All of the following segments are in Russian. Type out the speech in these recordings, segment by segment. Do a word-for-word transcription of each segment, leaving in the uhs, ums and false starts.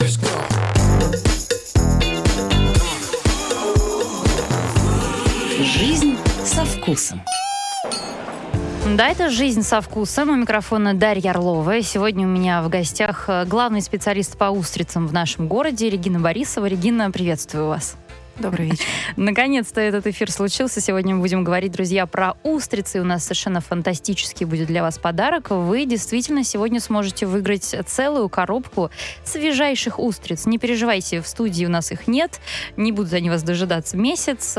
Жизнь со вкусом. Да, это «Жизнь со вкусом». У микрофона Дарья Орлова. Сегодня у меня в гостях главный специалист по устрицам в нашем городе Регина Борисова. Регина, приветствую вас. Добрый вечер. Наконец-то этот эфир случился. Сегодня мы будем говорить, друзья, про устрицы. У нас совершенно фантастический будет для вас подарок. Вы действительно сегодня сможете выиграть целую коробку свежайших устриц. Не переживайте, в студии у нас их нет. Не будут они вас дожидаться месяц.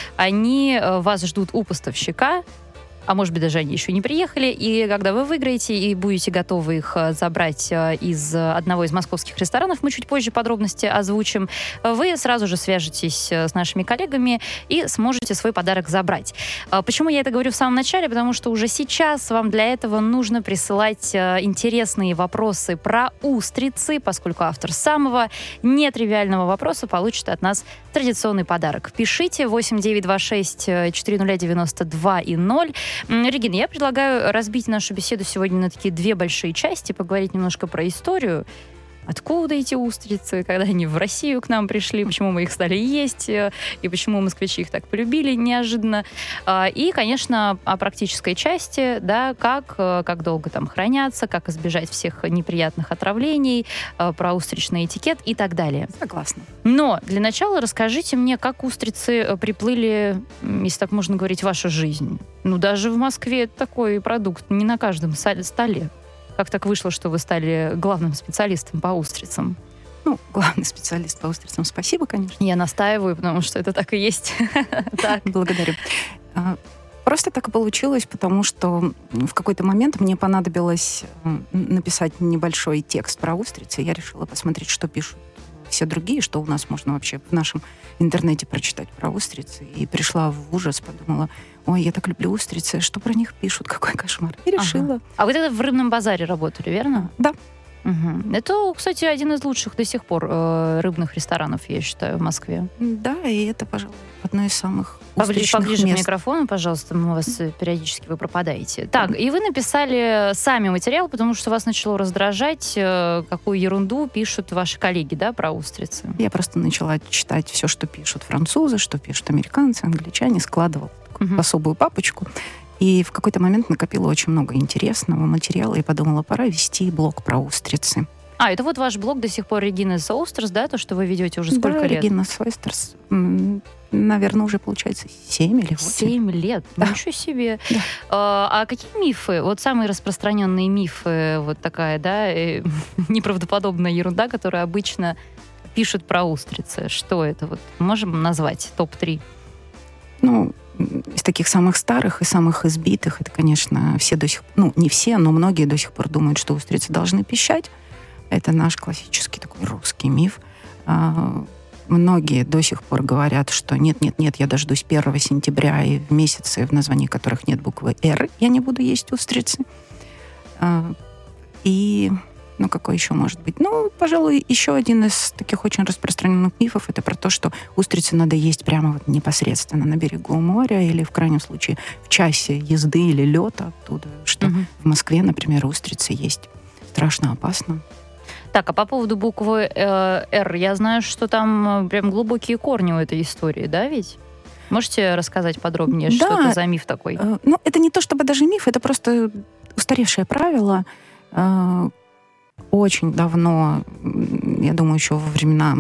Они вас ждут у поставщика. А может быть, даже они еще не приехали. И когда вы выиграете и будете готовы их забрать из одного из московских ресторанов, мы чуть позже подробности озвучим, вы сразу же свяжетесь с нашими коллегами и сможете свой подарок забрать. Почему я это говорю в самом начале? Потому что уже сейчас вам для этого нужно присылать интересные вопросы про устрицы, поскольку автор самого нетривиального вопроса получит от нас традиционный подарок. Пишите восемь девять два шесть четыре ноль девять два и ноль. Регина, я предлагаю разбить нашу беседу сегодня на такие две большие части, поговорить немножко про историю. Откуда эти устрицы, когда они в Россию к нам пришли, почему мы их стали есть, и почему москвичи их так полюбили неожиданно. И, конечно, о практической части, да, как, как долго там хранятся, как избежать всех неприятных отравлений, про устричный этикет и так далее. Согласна. Но для начала расскажите мне, как устрицы приплыли, если так можно говорить, в вашу жизнь. Ну, даже в Москве такой продукт не на каждом столе. Как так вышло, что вы стали главным специалистом по устрицам? Ну, главный специалист по устрицам, спасибо, конечно. Я настаиваю, потому что это так и есть. Благодарю. Просто так и получилось, потому что в какой-то момент мне понадобилось написать небольшой текст про устрицы. Я решила посмотреть, что пишут все другие, что у нас можно вообще в нашем интернете прочитать про устрицы. И пришла в ужас, подумала, ой, я так люблю устрицы, что про них пишут, какой кошмар. И решила. Ага. А вы тогда в рыбном базаре работали, верно? Да. Угу. Это, кстати, один из лучших до сих пор э, рыбных ресторанов, я считаю, в Москве. Да, и это, пожалуй, одно из самых Поближе, устричных поближе мест. к микрофону, пожалуйста, мы вас периодически вы пропадаете. Так, и вы написали сами материал, потому что вас начало раздражать, э, какую ерунду пишут ваши коллеги, да, про устрицы. Я просто начала читать все, что пишут французы, что пишут американцы, англичане, складывала такую uh-huh. особую папочку. И в какой-то момент накопила очень много интересного материала и подумала, пора вести блог про устрицы. А, это вот ваш блог до сих пор Regina's Oysters, да, то, что вы ведете уже сколько да, лет? Да, Regina's Oysters, наверное, уже, получается, семь или восемь. Семь лет? Да. Ничего себе. Да. А, а какие мифы, вот самые распространенные мифы, вот такая, да, неправдоподобная ерунда, которую обычно пишут про устрицы, что это? Вот можем назвать топ три? Ну, из таких самых старых и самых избитых, это, конечно, все до сих пор, ну, не все, но многие до сих пор думают, что устрицы должны пищать. Это наш классический такой русский миф. А, многие до сих пор говорят, что нет-нет-нет, я дождусь первого сентября, и в месяцы, в названии которых нет буквы «Р», я не буду есть устрицы. А, и... Ну, какой еще может быть? Ну, пожалуй, еще один из таких очень распространенных мифов — это про то, что устрицы надо есть прямо вот непосредственно на берегу моря или, в крайнем случае, в часе езды или лета оттуда. Что угу. в Москве, например, устрицы есть страшно опасно. Так, а по поводу буквы э, «Р», я знаю, что там прям глубокие корни у этой истории, да, ведь? Можете рассказать подробнее, да, что это за миф такой? Э, ну, это не то чтобы даже миф, это просто устаревшее правило. Э, Очень давно, я думаю, еще во времена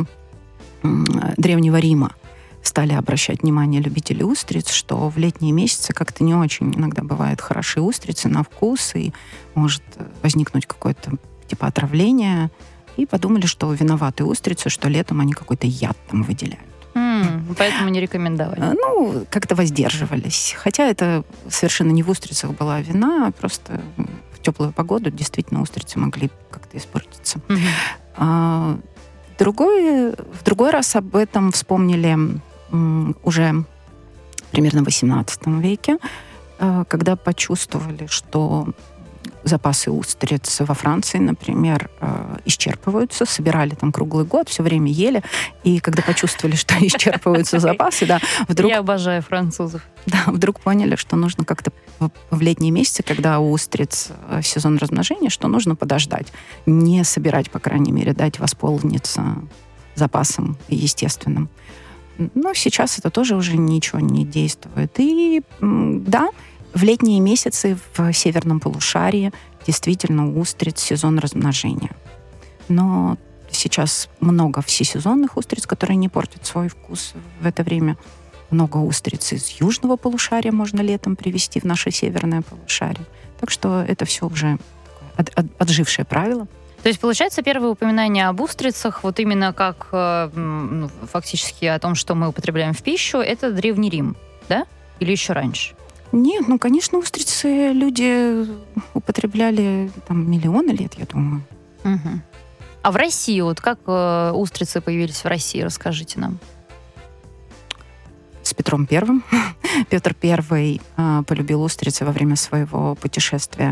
Древнего Рима стали обращать внимание любители устриц, что в летние месяцы как-то не очень иногда бывают хорошие устрицы на вкус, и может возникнуть какое-то типа отравление. И подумали, что виноваты устрицы, что летом они какой-то яд там выделяют. Mm, поэтому не рекомендовали. Ну, как-то воздерживались. Хотя это совершенно не в устрицах была вина, а просто... В теплую погоду действительно устрицы могли как-то испортиться. Mm-hmm. А, другой, в другой раз об этом вспомнили м, уже примерно в восемнадцатом веке, а, когда почувствовали, что запасы устриц во Франции, например, а, исчерпываются, собирали там круглый год, все время ели, и когда почувствовали, что исчерпываются запасы, да, вдруг... Я обожаю французов. Да, вдруг поняли, что нужно как-то в, в летние месяцы, когда у устриц сезон размножения, что нужно подождать. Не собирать, по крайней мере, дать восполниться запасом естественным. Но сейчас это тоже уже ничего не действует. И да, в летние месяцы в северном полушарии действительно у устриц сезон размножения. Но сейчас много всесезонных устриц, которые не портят свой вкус в это время. Много устриц из южного полушария можно летом привезти в наше северное полушарие. Так что это все уже от, от, отжившее правило. То есть, получается, первое упоминание об устрицах, вот именно как э, ну, фактически о том, что мы употребляем в пищу, это Древний Рим, да? Или еще раньше? Нет, ну, конечно, устрицы люди употребляли там миллионы лет, я думаю. Угу. А в России, вот как э, устрицы появились в России, расскажите нам. С Петром Первым. Петр Первый э, полюбил устрицы во время своего путешествия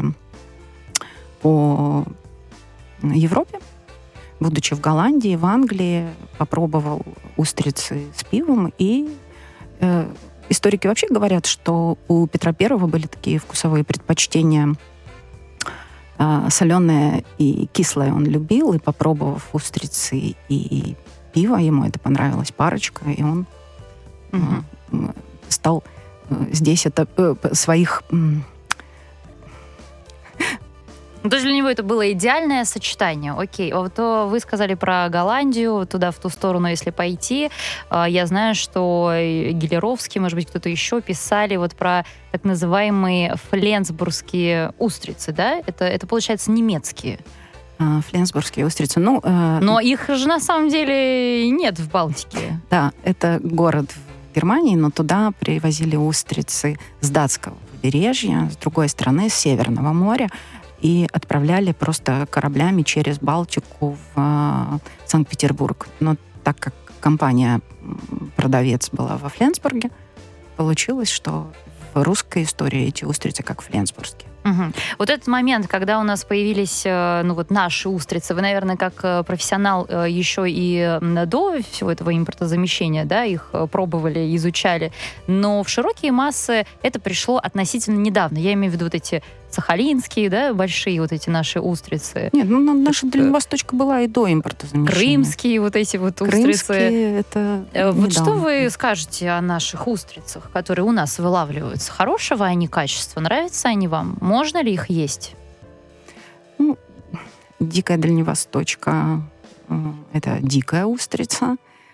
по Европе. Будучи в Голландии, в Англии, попробовал устрицы с пивом. И э, историки вообще говорят, что у Петра Первого были такие вкусовые предпочтения. Э, соленое и кислое он любил. И попробовав устрицы и пиво, ему это понравилась парочка. И он э, э, стал э, здесь это э, своих... Э, То есть для него это было идеальное сочетание. Окей. Вот вы сказали про Голландию, туда, в ту сторону, если пойти. Я знаю, что Гелеровский, может быть, кто-то еще писали вот про так называемые фленсбургские устрицы, да? Это, это получается, немецкие. Фленсбургские устрицы. Ну, э... Но их же на самом деле нет в Балтике. Да, это город в Германии, но туда привозили устрицы с датского побережья, с другой стороны, с Северного моря, и отправляли просто кораблями через Балтику в э, Санкт-Петербург. Но так как компания-продавец была во Фленсбурге, получилось, что в русской истории эти устрицы как фленсбургские. Угу. Вот этот момент, когда у нас появились ну, вот наши устрицы, вы, наверное, как профессионал еще и до всего этого импортозамещения, да, их пробовали, изучали, но в широкие массы это пришло относительно недавно. Я имею в виду вот эти сахалинские, да, большие вот эти наши устрицы. Нет, ну наша так, дальневосточка была и до импортозамещения. Крымские вот эти вот устрицы. Крымские, это Вот недавно. Что вы скажете о наших устрицах, которые у нас вылавливаются? Хорошего они качества? Нравятся они вам? Можно ли их есть? Ну, дикая дальневосточка — это дикая устрица.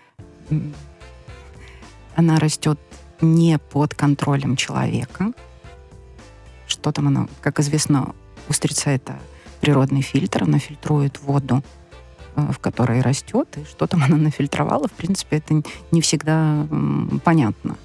Она растет не под контролем человека. Что там она? Как известно, устрица — это природный фильтр. Она фильтрует воду, в которой растет. И что там она нафильтровала, в принципе, это не всегда понятно.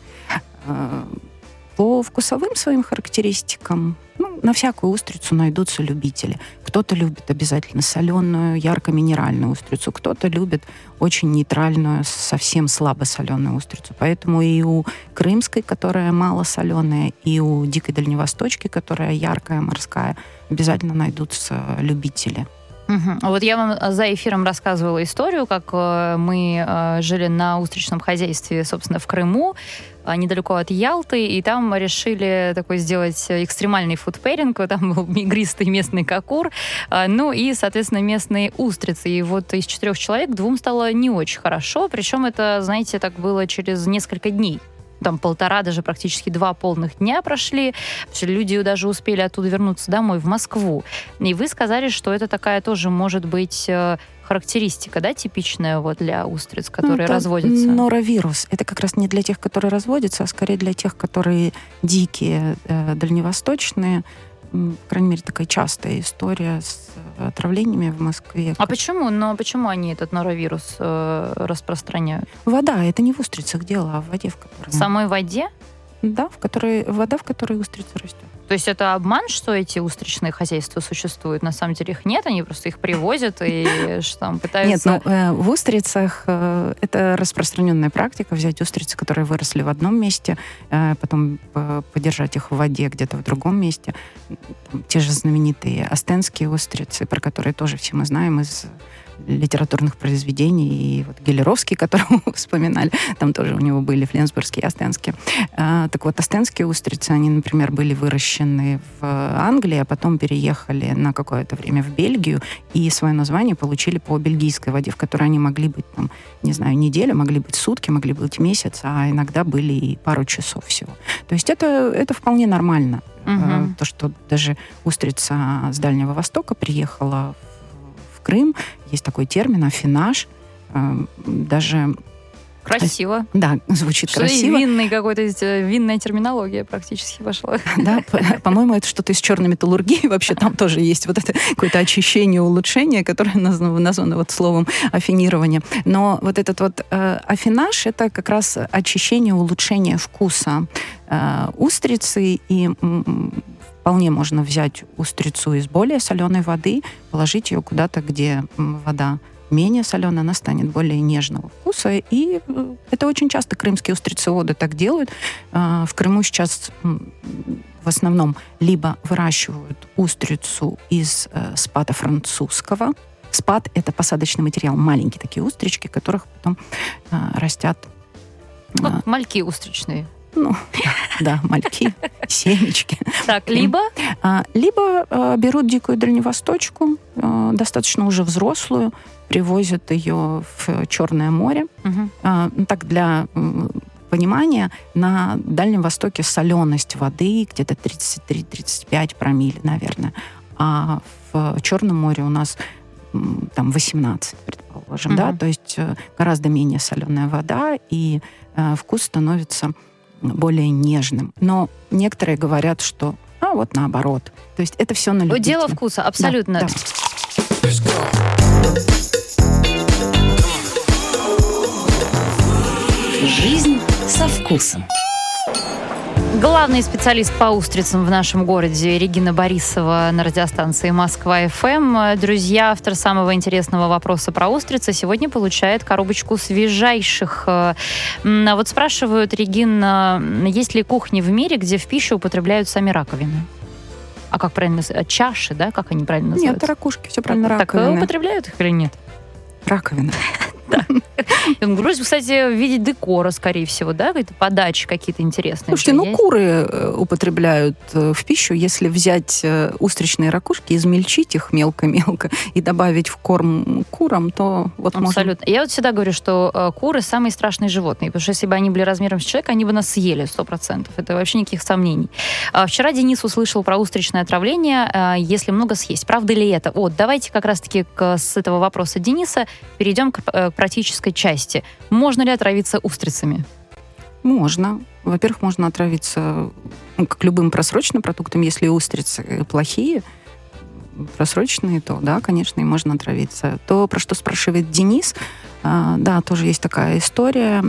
По вкусовым своим характеристикам, ну, на всякую устрицу найдутся любители. Кто-то любит обязательно соленую, ярко-минеральную устрицу, кто-то любит очень нейтральную, совсем слабо соленую устрицу. Поэтому и у крымской, которая мало соленая, и у дикой дальневосточки, которая яркая, морская, обязательно найдутся любители. Угу. Вот я вам за эфиром рассказывала историю, как э, мы э, жили на устричном хозяйстве, собственно, в Крыму, э, недалеко от Ялты, и там решили такой сделать экстремальный фудпэринг. Там был игристый местный кокур, э, ну и, соответственно, местные устрицы. И вот из четырех человек двум стало не очень хорошо, причем это, знаете, так было через несколько дней. Там полтора, даже практически два полных дня прошли. Люди даже успели оттуда вернуться домой, в Москву. И вы сказали, что это такая тоже может быть характеристика, да, типичная вот для устриц, которые ну, разводятся? Норовирус. Это как раз не для тех, которые разводятся, а скорее для тех, которые дикие, э, дальневосточные. По крайней мере, такая частая история с отравлениями в Москве. А почему? Но почему они этот норовирус э, распространяют? Вода. Это не в устрицах дело, а в воде, в которой... В самой воде? Да, в которой, вода, в которой устрица растет. То есть это обман, что эти устричные хозяйства существуют? На самом деле их нет, они просто их привозят и что там пытаются... Нет, ну, э, в устрицах э, это распространенная практика, взять устрицы, которые выросли в одном месте, э, потом э, подержать их в воде где-то в другом месте. Там, те же знаменитые астенские устрицы, про которые тоже все мы знаем из литературных произведений. И вот Гелеровский, которого вы вспоминали, там тоже у него были фленсбургские и остенские. А, так вот, остенские устрицы, они, например, были выращены в Англии, а потом переехали на какое-то время в Бельгию, и свое название получили по бельгийской воде, в которой они могли быть, там, не знаю, неделю, могли быть сутки, могли быть месяц, а иногда были и пару часов всего. То есть это, это вполне нормально. Uh-huh. То, что даже устрица с Дальнего Востока приехала в, в Крым, есть такой термин «афинаж», даже... Красиво. Да, звучит что красиво. И винный какой-то, винная терминология практически пошла. Да, по-моему, это что-то из черной металлургии. Вообще там тоже есть вот это какое-то очищение, улучшение, которое названо вот словом афинирование. Но вот этот вот э, афинаж — это как раз очищение, улучшение вкуса э, устрицы. И м, вполне можно взять устрицу из более соленой воды, положить ее куда-то, где вода менее соленая, она станет более нежного вкуса. И это очень часто крымские устрицеводы так делают. В Крыму сейчас в основном либо выращивают устрицу из спата французского. Спат — это посадочный материал, маленькие такие устрички, которых потом растят... Как мальки устричные. Ну, да, мальки, семечки. Так, либо? Либо берут дикую дальневосточку, достаточно уже взрослую, привозят ее в Черное море. Угу. А, так, для понимания, на Дальнем Востоке соленость воды где-то тридцать три - тридцать пять промилле, наверное. А в Черном море у нас там восемнадцать, предположим, угу. да, то есть гораздо менее соленая вода, и э, вкус становится более нежным. Но некоторые говорят, что а вот наоборот. То есть это все на любителя. Дело вкуса, абсолютно. Да, да. Жизнь со вкусом. Главный специалист по устрицам в нашем городе Регина Борисова на радиостанции Москва-эф эм. Друзья, автор самого интересного вопроса про устрицы сегодня получает коробочку свежайших. Вот спрашивают, Регина, есть ли кухни в мире, где в пищу употребляют сами раковины? А как правильно называется? Чаши, да? Как они правильно называются? Нет, ракушки, все правильно, так, раковины. Так употребляют их или нет? Раковины. Да. Вроде, кстати, в виде декора, скорее всего, да? Какие-то подачи какие-то интересные. Слушайте, ну, куры употребляют в пищу. Если взять устричные ракушки, измельчить их мелко-мелко и добавить в корм курам, то вот можно... Абсолютно. Я вот всегда говорю, что куры самые страшные животные, потому что если бы они были размером с человека, они бы нас съели сто процентов. Это вообще никаких сомнений. Вчера Денис услышал про устричное отравление, если много съесть. Правда ли это? Вот, давайте как раз-таки с этого вопроса Дениса перейдем к практической части. Можно ли отравиться устрицами? Можно. Во-первых, можно отравиться, ну, как любым просроченным продуктом. Если устрицы плохие, просроченные, то да, конечно, и можно отравиться. То, про что спрашивает Денис, да, тоже есть такая история.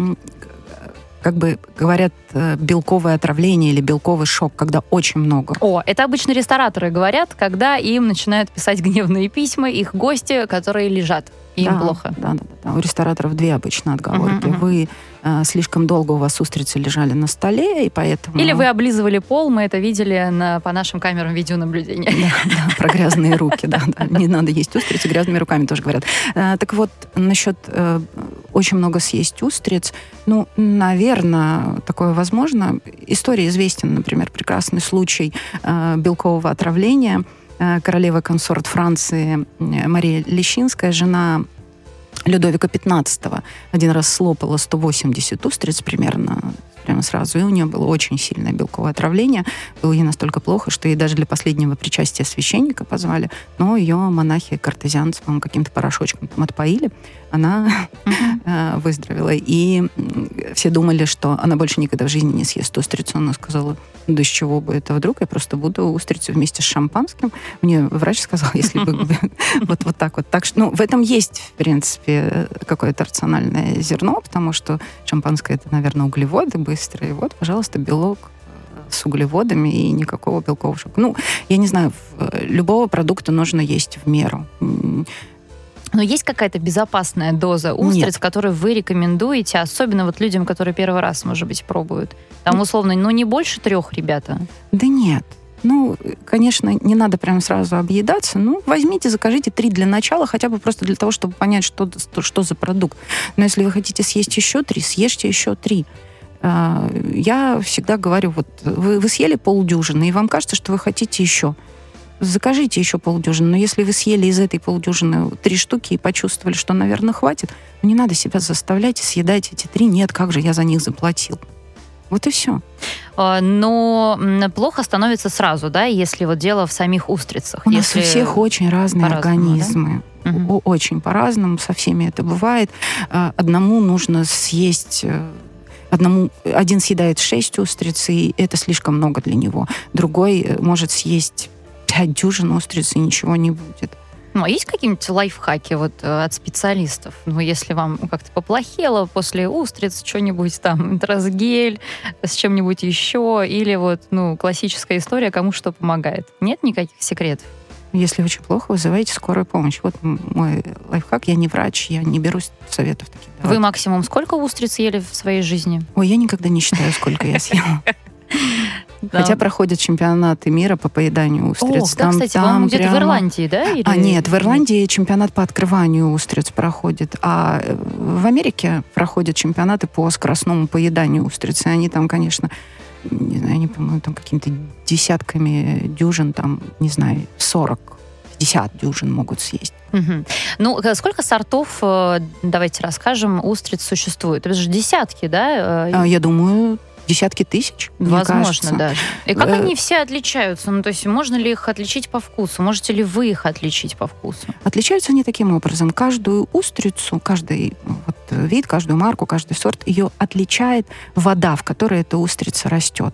Как бы говорят, белковое отравление или белковый шок, когда очень много. О, это обычно рестораторы говорят, когда им начинают писать гневные письма их гости, которые лежат. Им да, плохо. Да, да, да. У рестораторов две обычно отговорки. Uh-huh, uh-huh. Вы э, слишком долго у вас устрицы лежали на столе, и поэтому... Или вы облизывали пол, мы это видели на, по нашим камерам видеонаблюдения. Да, да, про грязные руки, да, да. Не надо есть устрицы грязными руками, тоже говорят. Э, так вот, насчет э, очень много съесть устриц, ну, наверное, такое возможно. История известен, например, прекрасный случай э, белкового отравления. Королева-консорт Франции Мария Лещинская, жена Людовика пятнадцатого, один раз слопала сто восемьдесят устриц примерно, прямо сразу, и у нее было очень сильное белковое отравление. Было ей настолько плохо, что ей даже для последнего причастия священника позвали, но ее монахи-картезианцы, по-моему, каким-то порошочком там отпоили, она uh-huh. выздоровела. И все думали, что она больше никогда в жизни не съест устрицу. Она сказала, да с чего бы это вдруг? Я просто буду устрицу вместе с шампанским. Мне врач сказал, если бы вот, вот так вот. Так что, ну, в этом есть, в принципе, какое-то рациональное зерно, потому что шампанское — это, наверное, углеводы быстрые. Вот, пожалуйста, белок с углеводами и никакого белкового шока. Ну, я не знаю, любого продукта нужно есть в меру. Но есть какая-то безопасная доза устриц, Нет. которую вы рекомендуете, особенно вот людям, которые первый раз, может быть, пробуют? Там, условно, ну, не больше трех, ребята? Да нет. Ну, конечно, не надо прям сразу объедаться. Ну, возьмите, закажите три для начала, хотя бы просто для того, чтобы понять, что, что за продукт. Но если вы хотите съесть еще три, съешьте еще три. Я всегда говорю, вот вы, вы съели полдюжины, и вам кажется, что вы хотите еще. Закажите еще полдюжины. Но если вы съели из этой полдюжины три штуки и почувствовали, что, наверное, хватит, не надо себя заставлять и съедать эти три. Нет, как же я за них заплатил. Вот и все. Но плохо становится сразу, да, если вот дело в самих устрицах. У если... нас у всех очень разные организмы. Да? Угу. Очень по-разному, со всеми это бывает. Одному нужно съесть... Одному, один съедает шесть устриц, и это слишком много для него. Другой может съесть пять дюжин устриц, и ничего не будет. Ну, а есть какие-нибудь лайфхаки вот от специалистов? Ну, если вам как-то поплохело после устриц, что-нибудь там, трасгель с чем-нибудь еще, или вот, ну, классическая история, кому что помогает. Нет никаких секретов? Если очень плохо, вызывайте скорую помощь. Вот мой лайфхак. Я не врач, я не берусь советов таких. Вы максимум сколько устриц ели в своей жизни? Ой, я никогда не считаю, сколько я съела. Хотя проходят чемпионаты мира по поеданию устриц. О, да, кстати, по-моему, где-то в Ирландии, да? Или... А, нет, в Ирландии чемпионат по открыванию устриц проходит, а в Америке проходят чемпионаты по скоростному поеданию устриц. И они там, конечно, не знаю, они, по-моему, там какими-то десятками дюжин, там, не знаю, сорок, пятьдесят дюжин могут съесть. Угу. Ну, сколько сортов, давайте расскажем, устриц существует? Это же десятки, да? Я думаю... Десятки тысяч, возможно, мне кажется. Даже. И как они все отличаются? Ну, то есть можно ли их отличить по вкусу? Можете ли вы их отличить по вкусу? Отличаются они таким образом. Каждую устрицу, каждый вот вид, каждую марку, каждый сорт, ее отличает вода, в которой эта устрица растет.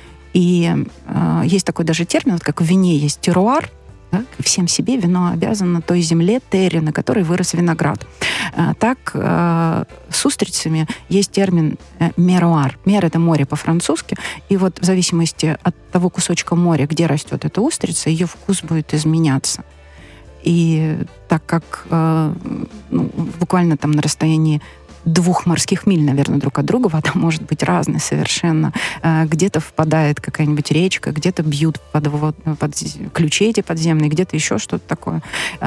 И э, есть такой даже термин, вот как в вине есть теруар, да? Всем себе вино обязано той земле, терре, на которой вырос виноград. А, так, э, с устрицами есть термин э, меруар. Мер — это море по-французски. И вот в зависимости от того кусочка моря, где растет эта устрица, ее вкус будет изменяться. И так как э, ну, буквально там на расстоянии двух морских миль, наверное, друг от друга вода может быть разной совершенно. Где-то впадает какая-нибудь речка, где-то бьют под, под ключи эти подземные, где-то еще что-то такое.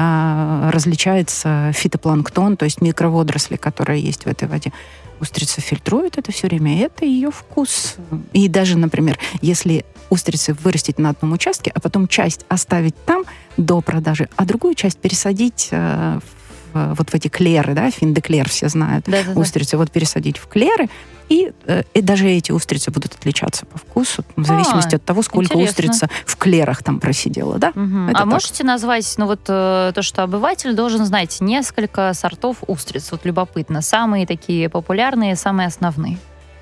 Различается фитопланктон, то есть микроводоросли, которые есть в этой воде. Устрица фильтрует это все время, и это ее вкус. И даже, например, если устрицы вырастить на одном участке, а потом часть оставить там до продажи, а другую часть пересадить в вот в эти клеры, да, финдеклер все знают, да, да, устрицы, да. Вот пересадить в клеры, и, и даже эти устрицы будут отличаться по вкусу, в зависимости а, от того, сколько интересно. Устрица в клерах там просидела, да. Угу. А так. Можете назвать, ну вот то, что обыватель должен знать, несколько сортов устриц, вот любопытно, самые такие популярные, самые основные?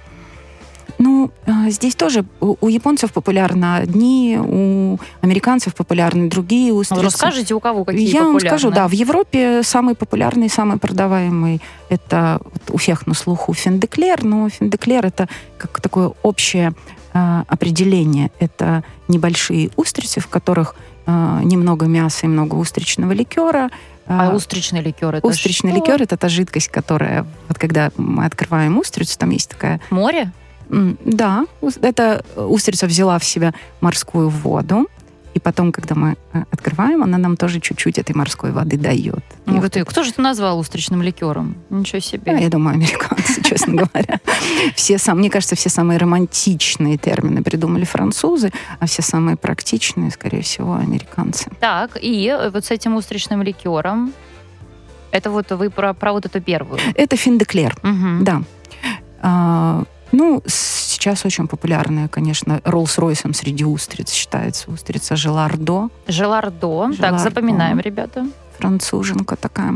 Ну, здесь тоже у, у японцев популярны одни, у американцев популярны другие устрицы. Ну, расскажите, у кого какие Я популярные? Я вам скажу, да, в Европе самый популярный, самый продаваемый, это вот у всех на слуху финдеклер, но финдеклер — это как такое общее э, определение. Это небольшие устрицы, в которых э, немного мяса и много устричного ликера. А устричный ликер — это Устричный что? ликер — это та жидкость, которая, вот когда мы открываем устрицу, там есть такая... Море? Да, эта устрица взяла в себя морскую воду, и потом, когда мы открываем, она нам тоже чуть-чуть этой морской воды дает. И Ух вот ты, это... кто же это назвал устричным ликером? Ничего себе. А, я думаю, американцы, честно говоря. Все сам, мне кажется, все самые романтичные термины придумали французы, а все самые практичные, скорее всего, американцы. Так, и вот с этим устричным ликером, это вот вы про, про вот эту первую? Это финдеклер, угу. да. А, ну, сейчас очень популярная, конечно, Роллс-Ройсом среди устриц считается устрица желардо. Желардо. Желардо. Так, запоминаем, ребята. Француженка такая.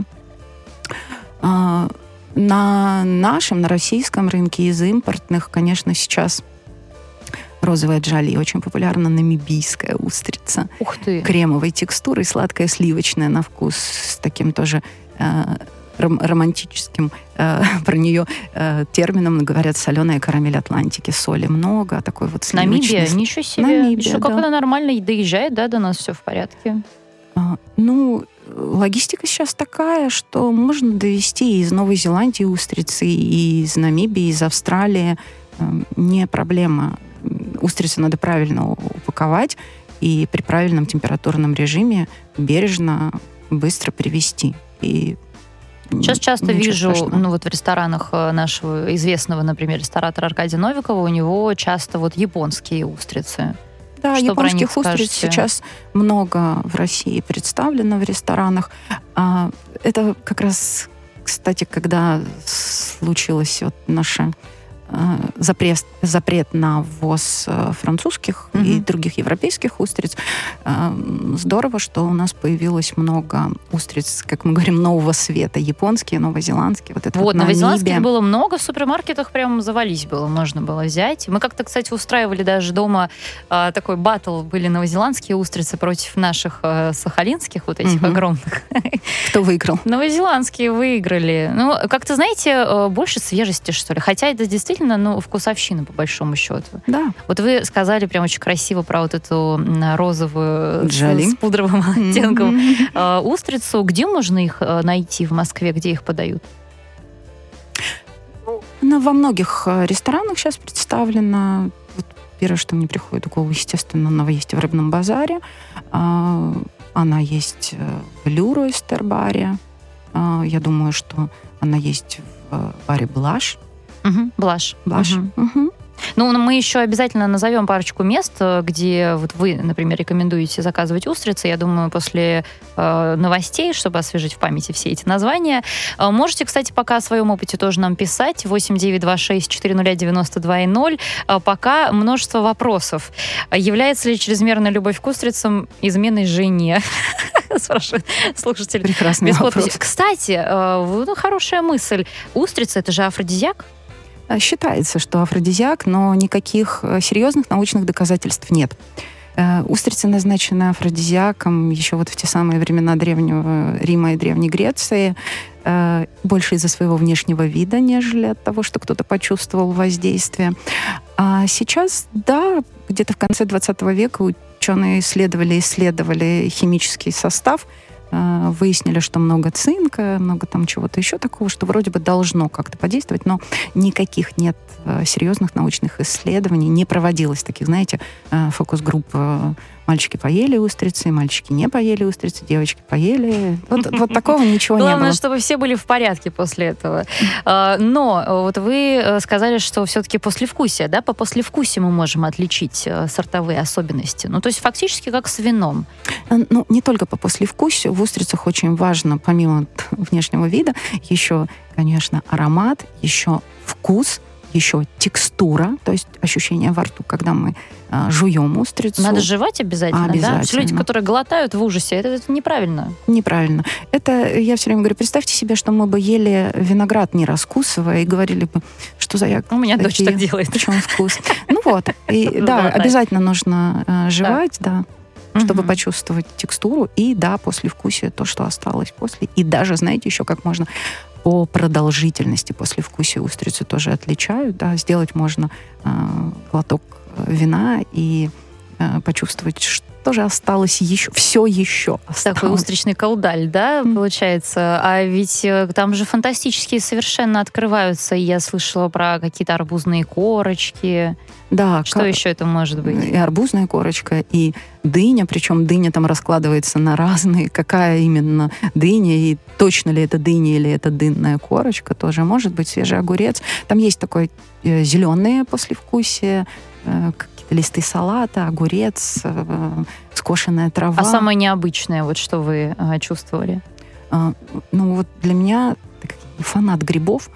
А, на нашем, на российском рынке из импортных, конечно, сейчас розовая джоли. Очень популярна намибийская устрица. Ух ты! Кремовой текстурой, сладкая, сливочная на вкус, с таким тоже... Ром- романтическим э, про нее э, термином говорят соленая карамель Атлантики. Соли много, такой вот сливочный. Намибия, ничего себе. Намибия, Что, да. как она нормально доезжает, да, до нас все в порядке? А, ну, логистика сейчас такая, что можно довести из Новой Зеландии устрицы, и из Намибии, из Австралии. Э, не проблема. Устрицу надо правильно упаковать. и при правильном температурном режиме бережно, быстро привезти. И Сейчас часто вижу, страшного. ну вот в ресторанах нашего известного, например, ресторатора Аркадия Новикова, у него часто вот японские устрицы. Да, Что японских устриц скажете? сейчас много в России представлено в ресторанах. Это как раз, кстати, когда случилось вот наше запрет, запрет на ввоз французских mm-hmm. и других европейских устриц. Здорово, что у нас появилось много устриц, как мы говорим, нового света. Японские, новозеландские. Вот, это вот, вот новозеландских было много, в супермаркетах прям завались было, можно было взять. Мы как-то, кстати, устраивали даже дома а, такой баттл, были новозеландские устрицы против наших а, сахалинских, вот этих mm-hmm. огромных. Кто выиграл? Новозеландские выиграли. Ну, как-то, знаете, больше свежести, что ли. Хотя это действительно ну, вкусовщина, по большому счету. Да. Вот вы сказали прям очень красиво про вот эту розовую с, с пудровым Mm-hmm. оттенком э, устрицу. Где можно их э, найти в Москве? Где их подают? Она во многих ресторанах сейчас представлена. Вот первое, что мне приходит в голову, естественно, она есть в Рыбном базаре. А, она есть в Люру Эстербаре. А, я думаю, что она есть в баре Блаш. Угу, Блаш. Блаш. Угу. Угу. Ну, мы еще обязательно назовем парочку мест, где вот вы, например, рекомендуете заказывать устрицы. Я думаю, после э, новостей, чтобы освежить в памяти все эти названия. Э, можете, кстати, пока о своем опыте тоже нам писать. восемь девять два шесть четыре ноль девяносто два ноль. Э, пока множество вопросов. Является ли чрезмерная любовь к устрицам изменой жене? Спрашивает слушатель. Прекрасный вопрос. Кстати, э, ну, хорошая мысль. Устрица — это же афродизиак? Считается, что афродизиак, но никаких серьезных научных доказательств нет. Устрицы назначены афродизиаком еще вот в те самые времена Древнего Рима и Древней Греции, больше из-за своего внешнего вида, нежели от того, что кто-то почувствовал воздействие. А сейчас, да, где-то в конце двадцатого века ученые исследовали, исследовали химический состав, выяснили, что много цинка, много там чего-то еще такого, что вроде бы должно как-то подействовать, но никаких нет серьезных научных исследований, не проводилось таких, знаете, фокус-групп «Мальчики поели устрицы», «Мальчики не поели устрицы», «Девочки поели». Вот, вот такого ничего не было. Главное, чтобы все были в порядке после этого. Но вот вы сказали, что все-таки послевкусие, да, по послевкусию мы можем отличить сортовые особенности. Ну, то есть фактически как с вином. Ну, не только по послевкусию. В устрицах очень важно, помимо внешнего вида, еще, конечно, аромат, еще вкус, еще текстура, то есть ощущение во рту, когда мы а, жуем устрицу. Надо жевать обязательно, обязательно. Да? Люди, которые глотают в ужасе, это, это неправильно. Неправильно. Это, я все время говорю, представьте себе, что мы бы ели виноград, не раскусывая, и говорили бы, что за ягоды. У меня дочь так делает. В чем вкус? Ну вот. И да, обязательно нужно жевать, да, чтобы почувствовать текстуру, и да, послевкусие, то, что осталось после. И даже, знаете, еще как можно по продолжительности послевкусия устрицы тоже отличают. Да, сделать можно э, глоток вина и э, почувствовать, что же осталось еще, все еще осталось. Такой устричный колдаль, да, mm. получается. А ведь там же фантастические совершенно открываются. Я слышала про какие-то арбузные корочки. Да. Что как... еще это может быть? И арбузная корочка, и дыня, причем дыня там раскладывается на разные, какая именно дыня, и точно ли это дыня или это дынная корочка, тоже может быть свежий огурец. Там есть такое э, зеленое послевкусие, э, какие-то листы салата, огурец, э, скошенная трава. А самое необычное, вот что вы э, чувствовали? Э, ну вот для меня фанат грибов,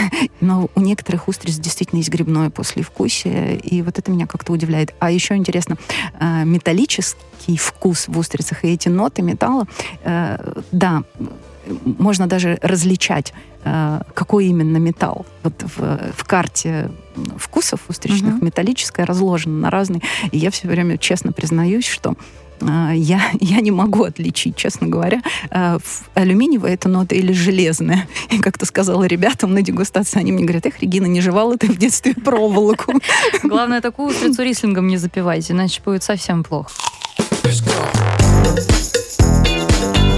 но у некоторых устриц действительно есть грибное послевкусие, и вот это меня как-то удивляет. А еще интересно, металлический вкус в устрицах и эти ноты металла, да, можно даже различать, какой именно металл. Вот в, в карте вкусов устричных mm-hmm. металлическое разложено на разные. И я все время честно признаюсь, что Я, я не могу отличить, честно говоря, алюминиевая это нота или железная. И как-то сказала ребятам на дегустации, они мне говорят: эх, Регина, не жевала ты в детстве проволоку. Главное, такую устрицу рислингом не запивайте, иначе будет совсем плохо.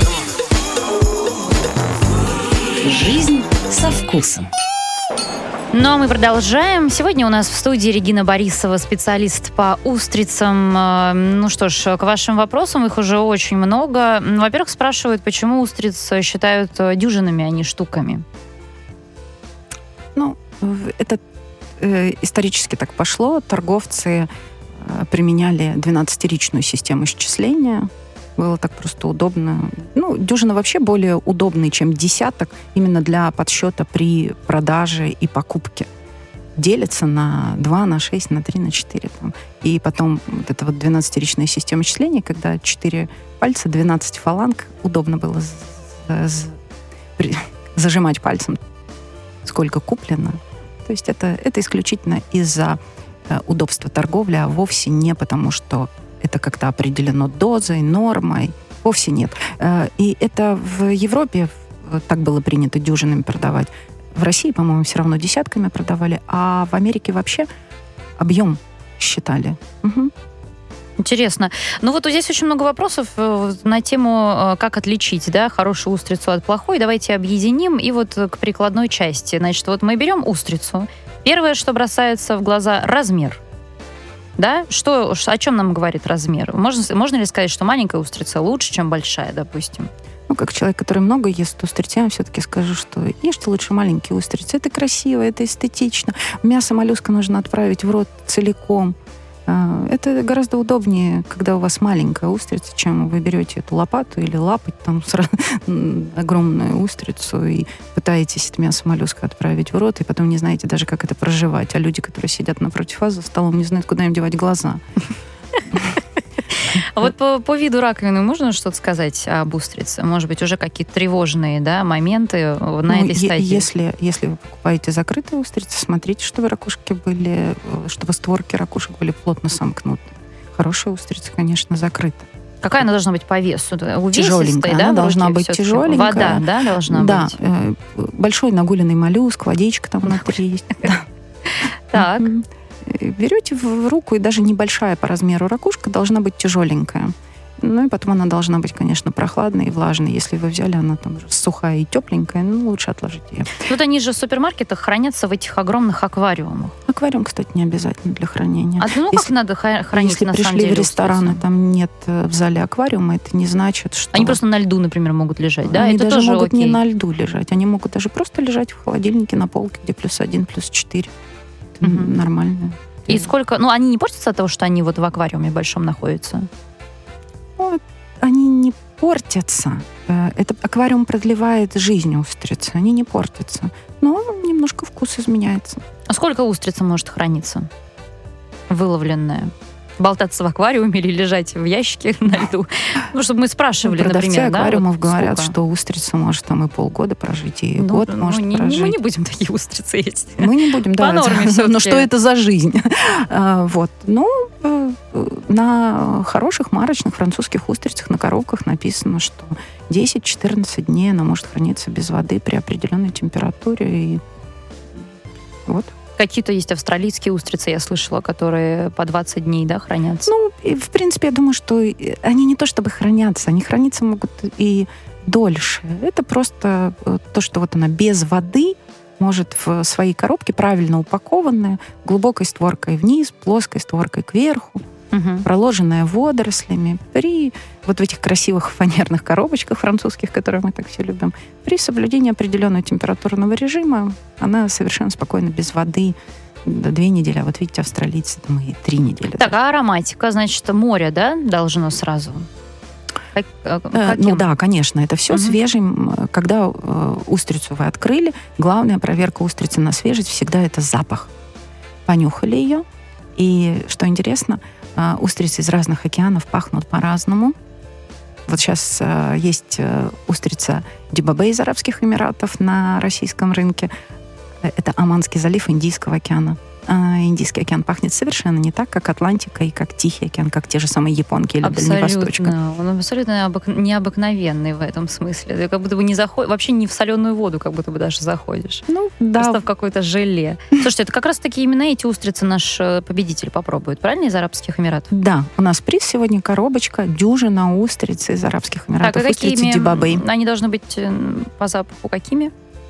Жизнь со вкусом. Ну, а мы продолжаем. Сегодня у нас в студии Регина Борисова, специалист по устрицам. Ну что ж, к вашим вопросам, их уже очень много. Во-первых, спрашивают, почему устриц считают дюжинами, а не штуками? Ну, это э, исторически так пошло. Торговцы э, применяли двенадцатиричную систему исчисления. Было так просто удобно. Ну, дюжина вообще более удобный, чем десяток, именно для подсчета при продаже и покупке. Делится на два, на шесть, на три, на четыре. Там. И потом вот эта вот двенадцатиричная система исчисления, когда четыре пальца, двенадцать фаланг, удобно было з- з- при- зажимать пальцем, сколько куплено. То есть это, это исключительно из-за э, удобства торговли, а вовсе не потому, что это как-то определено дозой, нормой. Вовсе нет. И это в Европе так было принято дюжинами продавать. В России, по-моему, все равно десятками продавали, а в Америке вообще объем считали. Угу. Интересно. Ну вот здесь очень много вопросов на тему, как отличить, да, хорошую устрицу от плохой. Давайте объединим и вот к прикладной части. Значит, вот мы берем устрицу. Первое, что бросается в глаза — размер. Да? Что, о чем нам говорит размер? Можно, можно ли сказать, что маленькая устрица лучше, чем большая, допустим? Ну, как человек, который много ест устриц, я вам все-таки скажу, что ешьте лучше маленькие устрицы. Это красиво, это эстетично. Мясо моллюска нужно отправить в рот целиком. Это гораздо удобнее, когда у вас маленькая устрица, чем вы берете эту лопату или лапать там сразу огромную устрицу и пытаетесь это мясо моллюска отправить в рот, и потом не знаете даже, как это проживать. А люди, которые сидят напротив вас за столом, не знают, куда им девать глаза. А вот по, по виду раковины можно что-то сказать об устрице? Может быть, уже какие-то тревожные, да, моменты на ну, этой стадии? Если, если вы покупаете закрытые устрицы, смотрите, чтобы ракушки были, чтобы створки ракушек были плотно сомкнуты. Хорошая устрица, конечно, закрыта. Какая она должна быть по весу? Тяжеленькая. Да, она должна быть все-таки? тяжеленькая. Вода, да, должна да, быть? Да. Большой нагуленный моллюск, водичка там внутри есть. Так. Берете в руку, и даже небольшая по размеру ракушка должна быть тяжеленькая. Ну и потом она должна быть, конечно, прохладной и влажной. Если вы взяли, она там сухая и тепленькая, ну лучше отложите ее. Вот они же в супермаркетах хранятся в этих огромных аквариумах. Аквариум, кстати, не обязательно для хранения. А ну если, как надо хранить, если на пришли самом деле, в ресторан, устрицу? и там нет в зале аквариума, это не значит, что... Они просто на льду, например, могут лежать, да? Они это даже тоже могут окей. не на льду лежать. Они могут даже просто лежать в холодильнике на полке, где плюс один, плюс четыре. Это Угу. нормально. И сколько... Ну, они не портятся от того, что они вот в аквариуме большом находятся? Ну, они не портятся. Этот аквариум продлевает жизнь устрицы. Они не портятся. Но немножко вкус изменяется. А сколько устрица может храниться? Выловленная? Болтаться в аквариуме или лежать в ящике на льду? Ну, чтобы мы спрашивали, ну, продавцы например, аквариумов да, вот говорят, сколько? что устрица может там и полгода прожить, и ну, год ну, может не, прожить. Мы не будем такие устрицы есть. Мы не будем, да. По норме но что это за жизнь? Вот. Ну, на хороших марочных французских устрицах на коробках написано, что десять-четырнадцать дней она может храниться без воды при определенной температуре. И вот. Какие-то есть австралийские устрицы, я слышала, которые по двадцать дней, да, хранятся? Ну, и, в принципе, я думаю, что они не то чтобы хранятся, они храниться могут и дольше. Это просто то, что вот она без воды может в своей коробке, правильно упакованная, глубокой створкой вниз, плоской створкой кверху, Угу. проложенная водорослями, при вот в этих красивых фанерных коробочках французских, которые мы так все любим, при соблюдении определенного температурного режима, она совершенно спокойно, без воды, до две недели. А вот видите, австралийцы там и три недели. Так, а ароматика, значит, море, да, должно сразу? Как, э, ну да, конечно, это все Угу. свежим. Когда э, устрицу вы открыли, главная проверка устрицы на свежесть всегда это запах. Понюхали ее, и что интересно, э, устрицы из разных океанов пахнут по-разному. Вот сейчас э, есть э, устрица Дюбабе из Арабских Эмиратов на российском рынке. Это Оманский залив Индийского океана. А Индийский океан пахнет совершенно не так, как Атлантика и как Тихий океан, как те же самые японки или Дальневосточка. Абсолютно. Он абсолютно обык... необыкновенный в этом смысле. Ты как будто бы не заходишь, вообще не в соленую воду, как будто бы даже заходишь. Ну, да. Просто в какое-то желе. Слушайте, это как раз-таки именно эти устрицы наш победитель попробует, правильно, из Арабских Эмиратов? Да, у нас приз сегодня коробочка, дюжина устриц из Арабских Эмиратов. Так, а устрицы какими? Дюбабе. Они должны быть по запаху какими?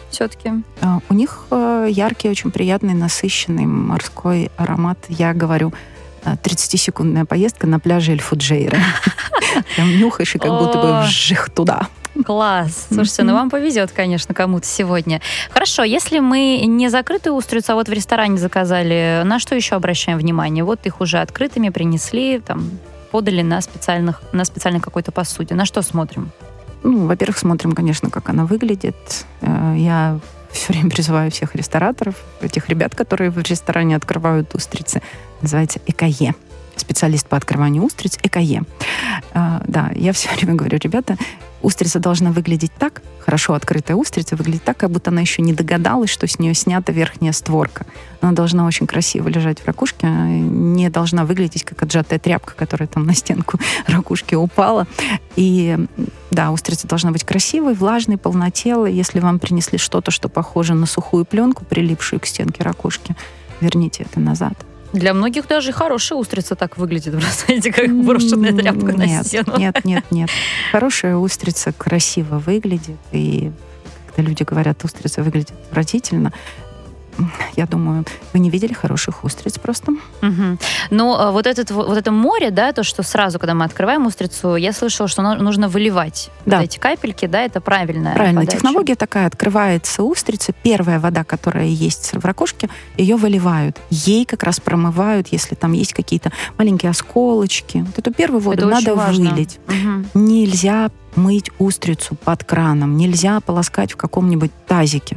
все-таки? А, у них э, яркий, очень приятный, насыщенный морской аромат. Я говорю, тридцатисекундная поездка на пляже Эль-Фуджейра. Прям нюхаешь и как будто бы вжих туда. Класс. Слушайте, ну вам повезет, конечно, кому-то сегодня. Хорошо, если мы не закрытую устрицу, а вот в ресторане заказали, на что еще обращаем внимание? Вот их уже открытыми принесли, там, подали на специальных, на специальной какой-то посуде. На что смотрим? Ну, во-первых, смотрим, конечно, как она выглядит. Я все время призываю всех рестораторов, этих ребят, которые в ресторане открывают устрицы. Называется ЭКЕ. Специалист по открыванию устриц ЭКЕ. А, да, я все время говорю, ребята, устрица должна выглядеть так, хорошо открытая устрица выглядит так, как будто она еще не догадалась, что с нее снята верхняя створка. Она должна очень красиво лежать в ракушке, не должна выглядеть как отжатая тряпка, которая там на стенку ракушки упала. И да, устрица должна быть красивой, влажной, полнотелой. Если вам принесли что-то, что похоже на сухую пленку, прилипшую к стенке ракушки, верните это назад. Для многих даже хорошая устрица так выглядит, вы знаете, как брошенная тряпка нет, на стену. Нет, нет, нет. Хорошая устрица красиво выглядит, и когда люди говорят, устрица выглядит отвратительно, я думаю, вы не видели хороших устриц просто. Угу. Ну, вот, этот, вот это море, да, то, что сразу, когда мы открываем устрицу, я слышала, что нужно выливать. Да. Вот эти капельки, да, это правильная Правильно, подача. Технология такая, открывается устрица, первая вода, которая есть в ракушке, ее выливают. Ей как раз промывают, если там есть какие-то маленькие осколочки. Вот эту первую воду это надо вылить. Угу. Нельзя мыть устрицу под краном, нельзя полоскать в каком-нибудь тазике.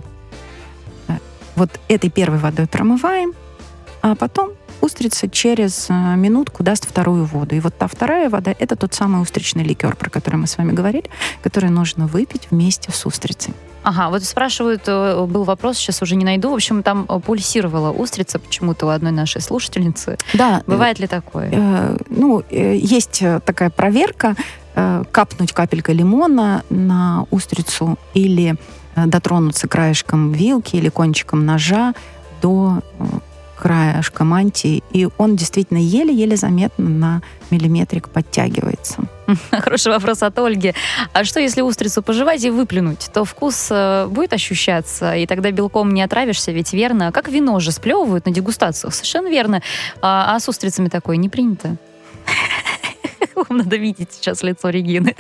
Вот этой первой водой промываем, а потом устрица через минутку даст вторую воду. И вот та вторая вода — это тот самый устричный ликер, про который мы с вами говорили, который нужно выпить вместе с устрицей. Ага, вот спрашивают, был вопрос, сейчас уже не найду. В общем, там пульсировала устрица почему-то у одной нашей слушательницы. Да. Бывает ли такое? Э, ну, э, есть такая проверка, э, капнуть капелькой лимона на устрицу или дотронуться краешком вилки или кончиком ножа до краешка мантии, и он действительно еле-еле заметно на миллиметрик подтягивается. Хороший вопрос от Ольги. А что, если устрицу пожевать и выплюнуть? То вкус э, будет ощущаться, и тогда белком не отравишься, ведь верно? Как вино же сплевывают на дегустациях. Совершенно верно. А, а с устрицами такое не принято. Вам надо видеть сейчас лицо Регины.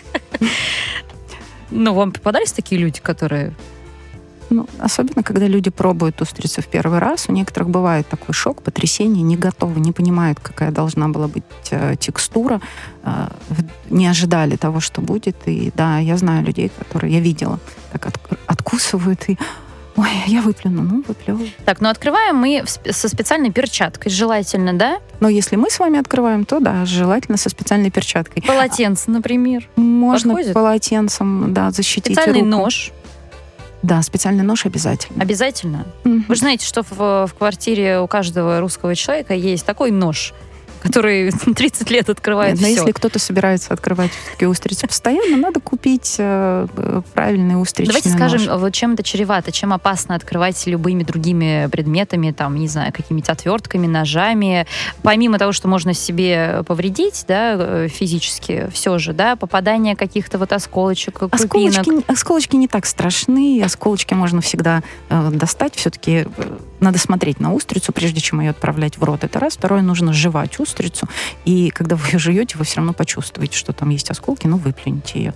Ну, вам попадались такие люди, которые... Ну, особенно, когда люди пробуют устрицу в первый раз, у некоторых бывает такой шок, потрясение, не готовы, не понимают, какая должна была быть э, текстура, э, не ожидали того, что будет. И да, я знаю людей, которые я видела, так от, откусывают и... Ой, я выплюну, ну, выплевываю. Так, ну, открываем мы со специальной перчаткой, желательно, да? Но если мы с вами открываем, то да, желательно со специальной перчаткой. Полотенце, например. Можно подходит? Полотенцем, да, защитить специальный руку. нож. Да, специальный нож обязательно. Обязательно? Mm-hmm. Вы же знаете, что в, в квартире у каждого русского человека есть такой нож, который тридцать лет открывает Но все. если кто-то собирается открывать все-таки устрицы постоянно, надо купить э, правильный устричный нож. Давайте скажем, вот чем это чревато, чем опасно открывать любыми другими предметами, там, не знаю, какими-то отвертками, ножами. Помимо того, что можно себе повредить, да, физически, все же, да, попадание каких-то вот осколочек, крупинок. Осколочки, осколочки не так страшны, осколочки можно всегда э, достать. Все-таки э, надо смотреть на устрицу, прежде чем ее отправлять в рот. Это раз. Второе, нужно жевать устрицу. И когда вы ее жуете, вы все равно почувствуете, что там есть осколки, ну, выплюните ее.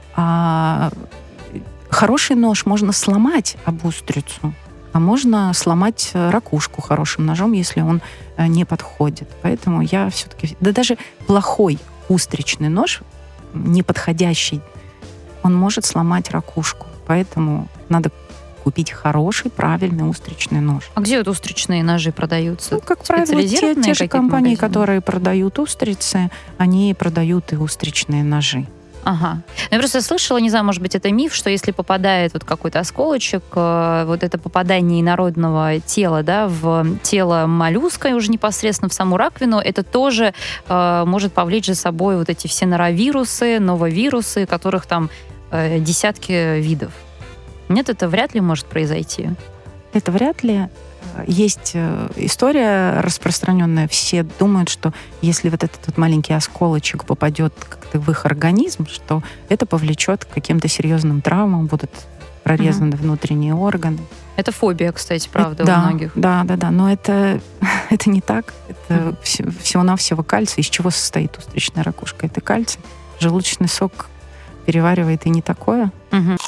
А хороший нож можно сломать об устрицу, а можно сломать ракушку хорошим ножом, если он не подходит. Поэтому я все-таки... Да даже плохой устричный нож, неподходящий, он может сломать ракушку. Поэтому надо купить хороший, правильный устричный нож. А где вот устричные ножи продаются? Ну, как правило, те, те же компании, магазины? Которые продают устрицы, они продают и устричные ножи. Ага. Ну, я просто слышала, не знаю, может быть, это миф, что если попадает вот какой-то осколочек, вот это попадание инородного тела, да, в тело моллюска, уже непосредственно в саму раковину, это тоже э, может повлечь за собой вот эти все норовирусы, нововирусы, которых там э, десятки видов. Нет, это вряд ли может произойти. Это вряд ли. Есть история распространенная. Все думают, что если вот этот вот маленький осколочек попадет как-то в их организм, что это повлечет к каким-то серьезным травмам, будут прорезаны угу. внутренние органы. Это фобия, кстати, правда, это, у да, многих. Да, да, да, но это, это не так. Это mm-hmm. всего-навсего кальций. Из чего состоит устричная ракушка? Это кальций. Желудочный сок переваривает и не такое. Mm-hmm.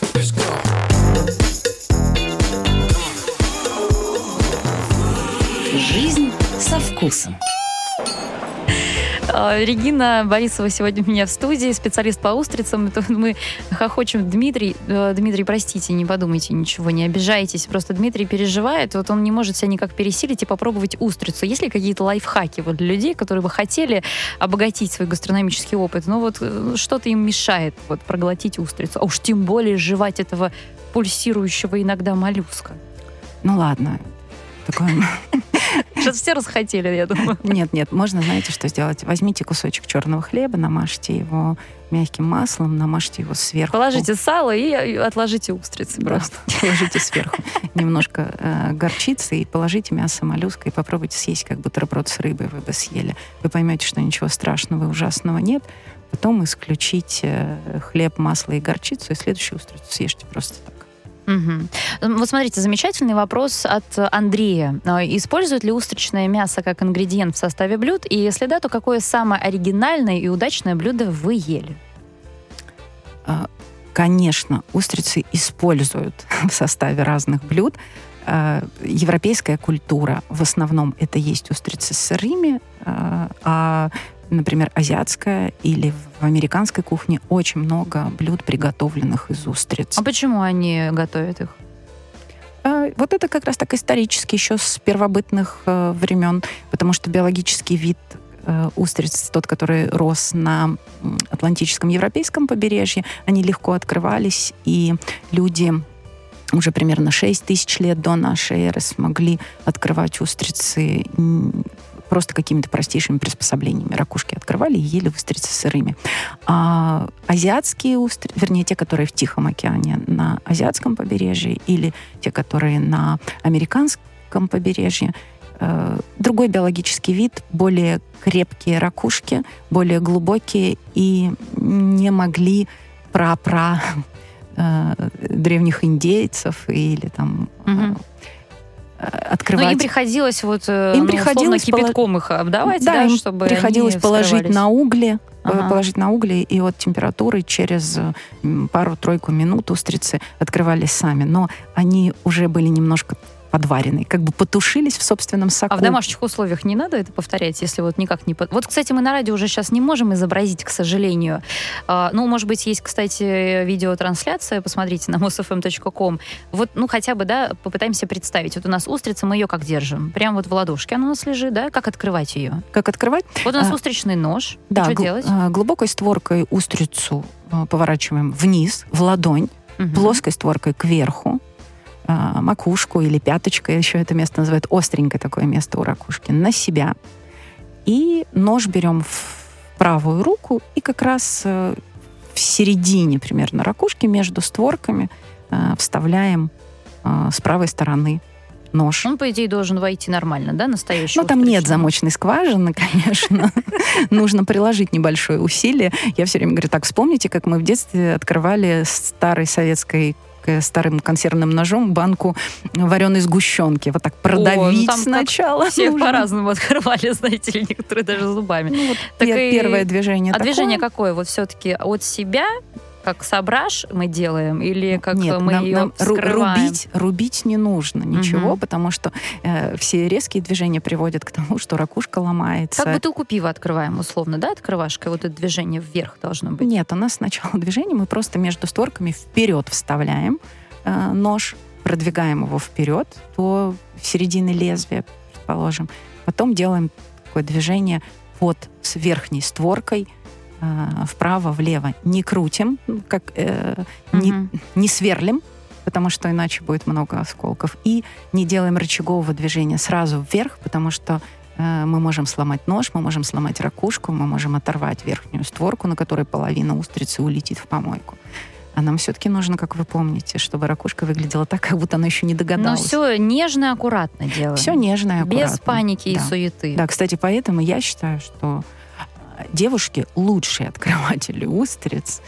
Жизнь со вкусом. Регина Борисова сегодня у меня в студии, специалист по устрицам. Это мы хохочем. Дмитрий, Дмитрий, простите, не подумайте ничего, не обижайтесь. Просто Дмитрий переживает, вот он не может себя никак пересилить и попробовать устрицу. Есть ли какие-то лайфхаки вот для людей, которые бы хотели обогатить свой гастрономический опыт, но вот что-то им мешает вот проглотить устрицу, а уж тем более жевать этого пульсирующего иногда моллюска? Ну ладно. Что-то все расхотели, я думаю. Нет, нет, можно, знаете, что сделать? Возьмите кусочек черного хлеба, намажьте его мягким маслом, намажьте его сверху. Положите сало и отложите устрицы да, просто. Положите сверху немножко э, горчицы и положите мясо моллюска и попробуйте съесть как бутерброд с рыбой вы бы съели. Вы поймете, что ничего страшного и ужасного нет. Потом исключите хлеб, масло и горчицу, и следующую устрицу съешьте просто так. Угу. Вот смотрите, замечательный вопрос от Андрея. Используют ли устричное мясо как ингредиент в составе блюд? И если да, то какое самое оригинальное и удачное блюдо вы ели? Конечно, устрицы используют в составе разных блюд. Европейская культура в основном это есть устрицы с сырыми, а например, азиатская или в американской кухне очень много блюд, приготовленных из устриц. А почему они готовят их? А, вот это как раз так исторически, еще с первобытных э, времен, потому что биологический вид э, устриц, тот, который рос на Атлантическом европейском побережье, они легко открывались, и люди уже примерно шесть тысяч лет до нашей эры смогли открывать устрицы просто какими-то простейшими приспособлениями. Ракушки открывали и ели устрицы сырыми. А азиатские устрицы, вернее, те, которые в Тихом океане на азиатском побережье или те, которые на американском побережье, э, другой биологический вид, более крепкие ракушки, более глубокие и не могли пра-пра э, древних индейцев или там... Э, открывать. Но им приходилось вот, им ну, приходилось кипятком их обдавать, да, да, им чтобы приходилось они положить на угли, ага. положить на угли, и от температуры через пару-тройку минут устрицы открывались сами. Но они уже были немножко подваренные, как бы потушились в собственном соку. А в домашних условиях не надо это повторять, если вот никак не... Вот, кстати, мы на радио уже сейчас не можем изобразить, к сожалению. А, ну, может быть, есть, кстати, видеотрансляция, посмотрите на мос эф эм точка ком. Вот, ну, хотя бы, да, попытаемся представить. Вот у нас устрица, мы ее как держим? Прям вот в ладошке она у нас лежит, да? Как открывать ее? Как открывать? Вот у нас а, устричный нож. Да, что гл- делать? Глубокой створкой устрицу поворачиваем вниз, в ладонь, угу. плоской створкой кверху, макушку или пяточкой, еще это место называют остренькое такое место у ракушки, на себя. И нож берем в правую руку и как раз в середине примерно ракушки между створками вставляем с правой стороны нож. Он, по идее, должен войти нормально, да, настоящий? Ну, там нет замочной скважины, конечно. Нужно приложить небольшое усилие. Я все время говорю, так, вспомните, как мы в детстве открывали старой советской старым консервным ножом банку вареной сгущенки. Вот так продавить О, ну сначала. Все нужно. По-разному открывали, знаете ли, некоторые даже зубами. Ну, вот так пер- и... Первое движение А такое. движение какое? Вот все-таки от себя, как сображ мы делаем, или как Нет, мы нам, ее нам вскрываем? Рубить, рубить не нужно ничего, угу. потому что э, все резкие движения приводят к тому, что ракушка ломается. Как бутылку пива открываем, условно, да, открывашкой? Вот это движение вверх должно быть. Нет, у нас сначала движение, мы просто между створками вперед вставляем э, нож, продвигаем его вперед до середины лезвия, предположим. Потом делаем такое движение под с верхней створкой, вправо-влево. Не крутим, как, э, uh-huh. не, не сверлим, потому что иначе будет много осколков. И не делаем рычагового движения сразу вверх, потому что э, мы можем сломать нож, мы можем сломать ракушку, мы можем оторвать верхнюю створку, на которой половина устрицы улетит в помойку. А нам все-таки нужно, как вы помните, чтобы ракушка выглядела так, как будто она еще не догадалась. Но все нежно и аккуратно делаем. Все нежно и аккуратно. Без паники да. и суеты. Да, кстати, поэтому я считаю, что девушки лучшие открыватели устриц,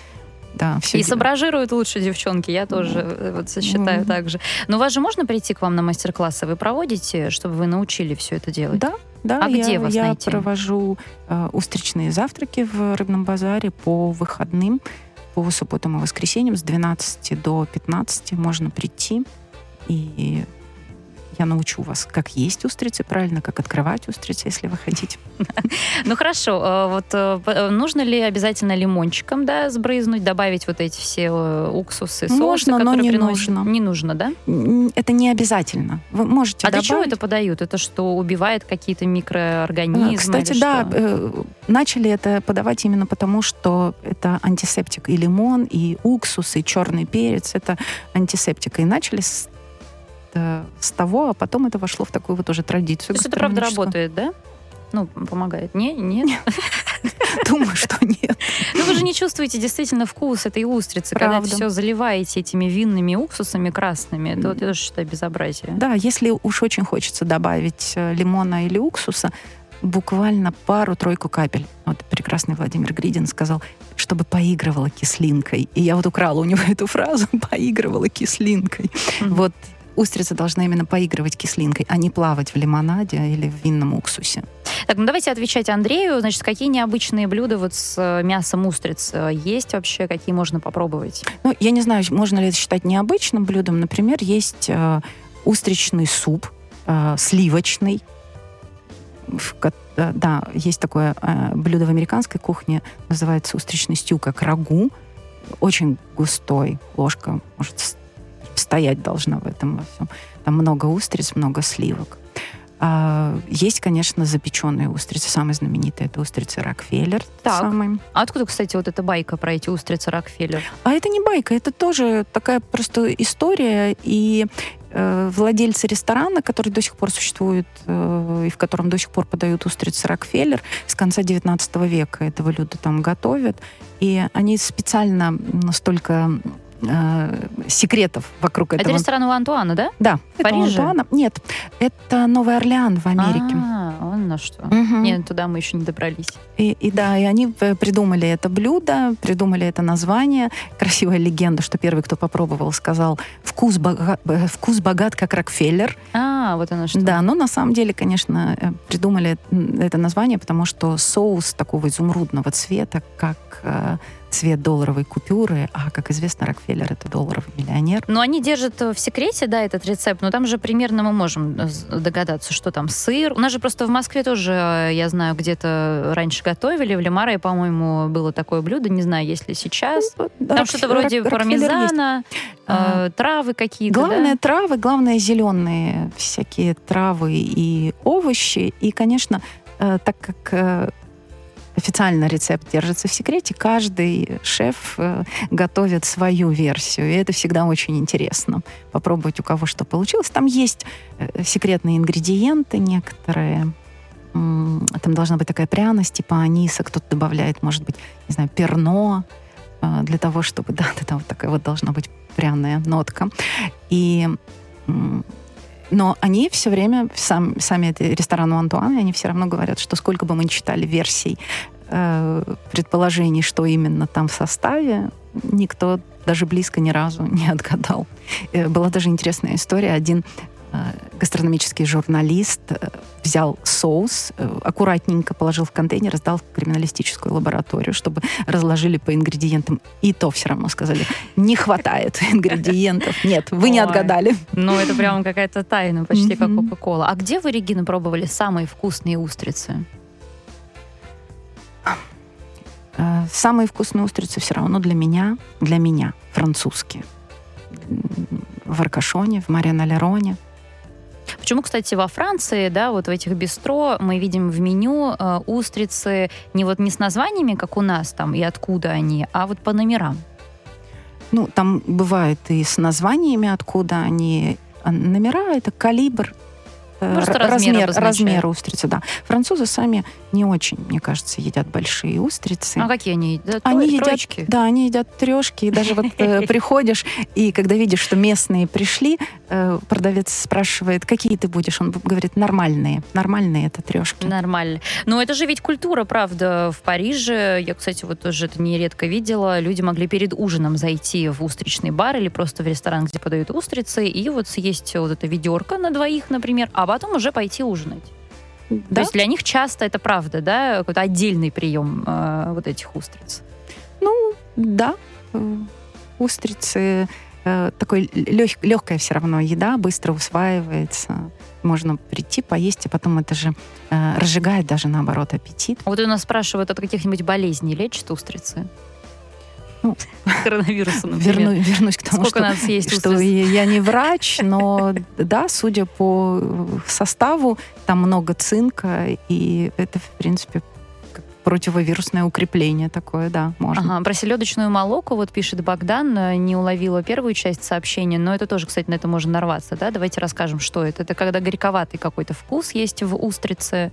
Да, все И дело. сображируют лучше девчонки, я тоже э, вот считаю Мгм. так же. Но у вас же можно прийти к вам на мастер-классы? Вы проводите, чтобы вы научили все это делать? Да, да. А я, где вас я найти? провожу э, устричные завтраки в рыбном базаре по выходным, по субботам и воскресеньям с двенадцати до пятнадцати можно прийти, и я научу вас, как есть устрицы правильно, как открывать устрицы, если вы хотите. Ну хорошо, э, вот э, п- э, нужно ли обязательно лимончиком, да, сбрызнуть, добавить вот эти все э, уксусы, соусы, Можно, но которые не приносят? нужно. Не нужно, да? М, Это не обязательно. Вы можете А для добавить. чего это подают? Это что, убивает какие-то микроорганизмы? Э, Кстати, или да, что? э, начали это подавать именно потому, что это антисептик. И лимон, и уксус, и черный перец — это антисептик. И начали с, э, с того, а потом это вошло в такую вот уже традицию. То есть это правда гастрономическую. работает, да? Ну, помогает. Не, нет. Думаю, что нет. Ну вы же не чувствуете действительно вкус этой устрицы, когда Правда. все заливаете этими винными уксусами красными. Это вот я тоже считаю безобразие. Да, если уж очень хочется добавить э, лимона или уксуса, буквально пару-тройку капель. Вот прекрасный Владимир Гридин сказал, чтобы поигрывала кислинкой. И я вот украла у него эту фразу «поигрывала кислинкой». Мгм. Вот устрица должна именно поигрывать кислинкой, а не плавать в лимонаде или в винном уксусе. Так, ну давайте отвечать Андрею. Значит, какие необычные блюда вот с э, мясом устриц э, есть вообще, какие можно попробовать? Ну, я не знаю, можно ли это считать необычным блюдом. Например, есть э, устричный суп, э, сливочный. В ко- э, да, есть такое э, блюдо в американской кухне, называется устричный стю, как рагу. Очень густой, ложка может с- стоять должна в этом во всем. Там много устриц, много сливок. А, есть, конечно, запеченные устрицы. Самые знаменитые — это устрицы Рокфеллер. Так. Самые. А откуда, кстати, вот эта байка про эти устрицы Рокфеллер? А это не байка, это тоже такая просто история. И э, владельцы ресторана, который до сих пор существует, э, и в котором до сих пор подают устрицы Рокфеллер, с конца девятнадцатого века это блюдо там готовят. И они специально столько э, секретов вокруг Это этого. ресторан у Антуана, да? Да, это Париже? Антуана. Нет, это Новый Орлеан в Америке. А, он на что. Мгм. Нет, туда мы еще не добрались. И, и да, и они э, придумали это блюдо, придумали это название. Красивая легенда, что первый, кто попробовал, сказал «вкус, бога- э, вкус богат, как Рокфеллер». А, вот оно что. Да, но на самом деле, конечно, э, придумали м, это название, потому что соус такого изумрудного цвета, как э, цвет долларовой купюры, а, как известно, Рокфеллер — это долларовый миллионер. Но они держат в секрете, да, этот рецепт, но там же примерно мы можем э, с- догадаться, что там сыр. У нас же просто в Москве тоже, э, я знаю, где-то раньше готовили, в Лемаре, по-моему, было такое блюдо, не знаю, есть ли сейчас. Ну, да, Там Рокф- что-то вроде Рок- Рокфеллер есть. пармезана, А, э, травы какие-то, Главное да? травы, главное зеленые всякие травы и овощи. И, конечно, э, так как э, официально рецепт держится в секрете, каждый шеф э, готовит свою версию. И это всегда очень интересно. Попробовать, у кого что получилось. Там есть э, секретные ингредиенты некоторые. М, Там должна быть такая пряность, типа аниса. Кто-то добавляет, может быть, не знаю, перно, э, для того, чтобы... Да, да, да, вот такая вот должна быть пряная нотка. И, м, но они все время, сам, сами это ресторан у Антуана, они все равно говорят, что сколько бы мы ни читали версий, э, предположений, что именно там в составе, никто даже близко ни разу не отгадал. Э, была даже интересная история. Один э, гастрономический журналист э, взял соус, э, аккуратненько положил в контейнер, сдал в криминалистическую лабораторию, чтобы разложили по ингредиентам. И то все равно сказали, не хватает ингредиентов. Нет, вы не Ой. отгадали. Ну, это прям какая-то тайна, почти как Мгм. Кока-Кола. А где вы, Регина, пробовали самые вкусные устрицы? Э, Самые вкусные устрицы все равно для меня, для меня, французские. М, В Аркашоне, в Марьяна-Лероне. Почему, кстати, во Франции, да, вот в этих бистро мы видим в меню э, устрицы не вот не с названиями, как у нас там, и откуда они, а вот по номерам. Ну, там бывает и с названиями, откуда они. А номера — это калибр, Просто размер размер, обозначает. размер устрицы, да. Французы сами не очень, мне кажется, едят большие устрицы. А какие они едят? Они Тро- едят, троечки? да, они едят трешки. И даже вот э, приходишь, и когда видишь, что местные пришли, э, продавец спрашивает, какие ты будешь? Он говорит, нормальные. Нормальные это трешки. Нормально. Но это же ведь культура, правда, в Париже. Я, кстати, вот тоже это нередко видела. Люди могли перед ужином зайти в устричный бар или просто в ресторан, где подают устрицы, и вот съесть вот это ведерко на двоих, например, а потом уже пойти ужинать. Да? То есть для них часто это правда, да, какой-то отдельный прием э, вот этих устриц. Ну, да. Э, Устрицы э, такой лег, легкая все равно еда, быстро усваивается. Можно прийти, поесть, и потом это же э, разжигает даже, наоборот, аппетит. Вот у нас спрашивают, от каких-нибудь болезней лечат устрицы? Ну, коронавируса, например. Верну, вернусь к тому, Сколько что, надо съесть что устриц? я не врач, но да, судя по составу, там много цинка, и это, в принципе, как противовирусное укрепление такое, да, можно. Ага, про селедочную молоку, вот пишет Богдан, не уловила первую часть сообщения, но это тоже, кстати, на это можно нарваться, да? Давайте расскажем, что это. Это когда горьковатый какой-то вкус есть в устрице.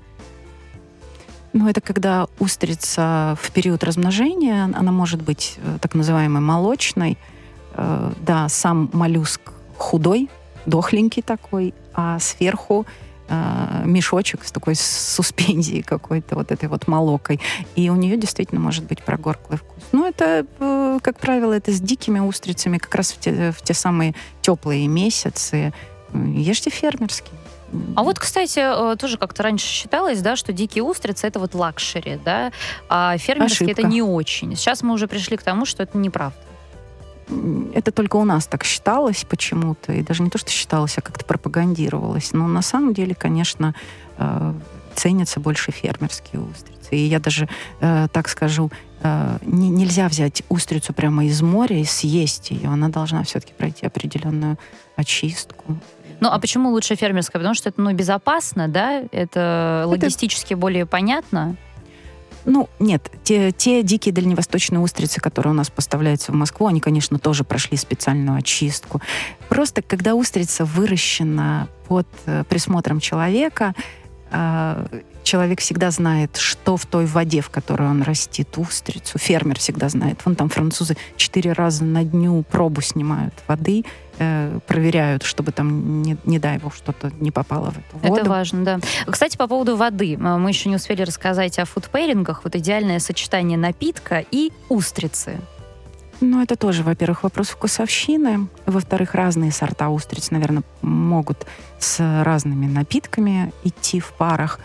Ну, это когда устрица в период размножения, она может быть э, так называемой молочной. Э, да, сам моллюск худой, дохленький такой, а сверху э, мешочек с такой суспензией какой-то, вот этой вот молокой. И у нее действительно может быть прогорклый вкус. Ну, это, э, как правило, это с дикими устрицами, как раз в те, в те самые теплые месяцы. Ешьте фермерские. А вот, кстати, э, тоже как-то раньше считалось, да, что дикие устрицы — это вот лакшери, да, а фермерские — это Ошибка. не очень. Сейчас мы уже пришли к тому, что это неправда. Это только у нас так считалось почему-то, и даже не то, что считалось, а как-то пропагандировалось. Но на самом деле, конечно, э, ценятся больше фермерские устрицы. И я даже э, так скажу, э, не, нельзя взять устрицу прямо из моря и съесть ее. Она должна все-таки пройти определенную очистку. Ну, а почему лучше фермерская? Потому что это, ну, безопасно, да? Это логистически более понятно? Ну, нет, те, те дикие дальневосточные устрицы, которые у нас поставляются в Москву, они, конечно, тоже прошли специальную очистку. Просто когда устрица выращена под э, присмотром человека, э, человек всегда знает, что в той воде, в которой он растит устрицу. Фермер всегда знает. Вон там французы четыре раза на дню пробу снимают воды, э, проверяют, чтобы там, не, не дай бог, что-то не попало в эту воду. Это важно, да. Кстати, по поводу воды. Мы еще не успели рассказать о фудпейрингах. Вот идеальное сочетание напитка и устрицы. Ну, это тоже, во-первых, вопрос вкусовщины. Во-вторых, разные сорта устриц, наверное, могут с разными напитками идти в парах.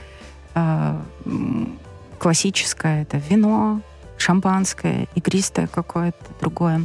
Классическое — это вино, шампанское, игристое какое-то другое,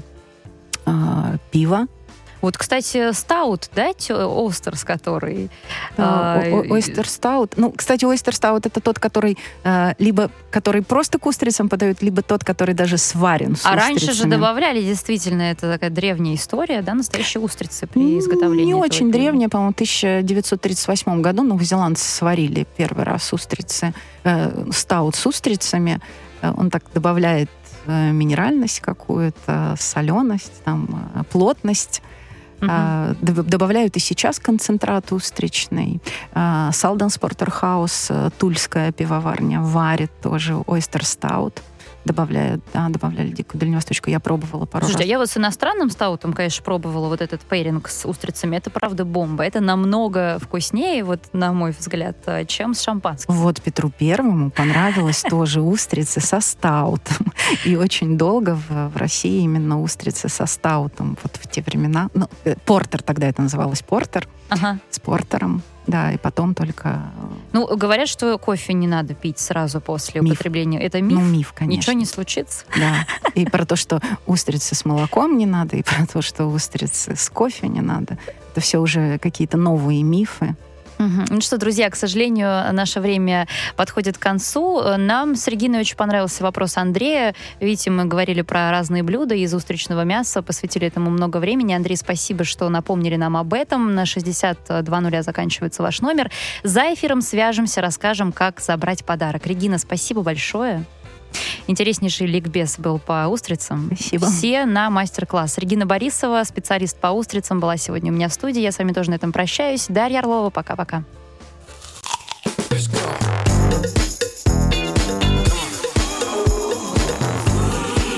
пиво. Вот, кстати, стаут, да, Остерс, который... Ойстер стаут. Ну, кстати, ойстер стаут — это тот, который э, либо который просто к устрицам подают, либо тот, который даже сварен с а устрицами. раньше же добавляли, действительно, это такая древняя история, да, настоящие устрицы при изготовлении Не этого очень пива. древняя, по-моему, в тысяча девятьсот тридцать восьмом году новозеландцы сварили первый раз устрицы, э, стаут с устрицами. Э, он так добавляет э, минеральность какую-то, соленость, там, э, плотность. Мгм. А, доб- добавляют и сейчас концентрат устричный. А, Салденс Портерхаус, э, тульская пивоварня, варит тоже ойстер стаут. Добавляют, да, добавляли дикую дальневосточку. Я пробовала пару Слушайте, а раз. я вот с иностранным стаутом, конечно, пробовала вот этот пейринг с устрицами. Это, правда, бомба. Это намного вкуснее, вот на мой взгляд, чем с шампанским. Вот Петру Первому понравилось тоже устрицы со стаутом. И очень долго в, в России именно устрицы со стаутом. Вот в те времена. Ну, э, портер тогда это называлось, портер. Ага. С портером. Да, и потом только... Ну, говорят, что кофе не надо пить сразу после Миф. употребления. Это миф? Ну, миф, конечно. Ничего не случится? Да. И про то, что устрицы с молоком не надо, и про то, что устрицы с кофе не надо. Это все уже какие-то новые мифы. Мгм. Ну что, друзья, к сожалению, наше время подходит к концу. Нам с Региной очень понравился вопрос Андрея. Видите, мы говорили про разные блюда из устричного мяса, посвятили этому много времени. Андрей, спасибо, что напомнили нам об этом. На шестьдесят два нуля заканчивается ваш номер. За эфиром свяжемся, расскажем, как забрать подарок. Регина, спасибо большое. Интереснейший ликбез был по устрицам. Спасибо. Все на мастер-класс. Регина Борисова, специалист по устрицам, была сегодня у меня в студии. Я с вами тоже на этом прощаюсь. Дарья Орлова, пока-пока.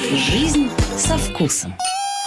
Жизнь со вкусом.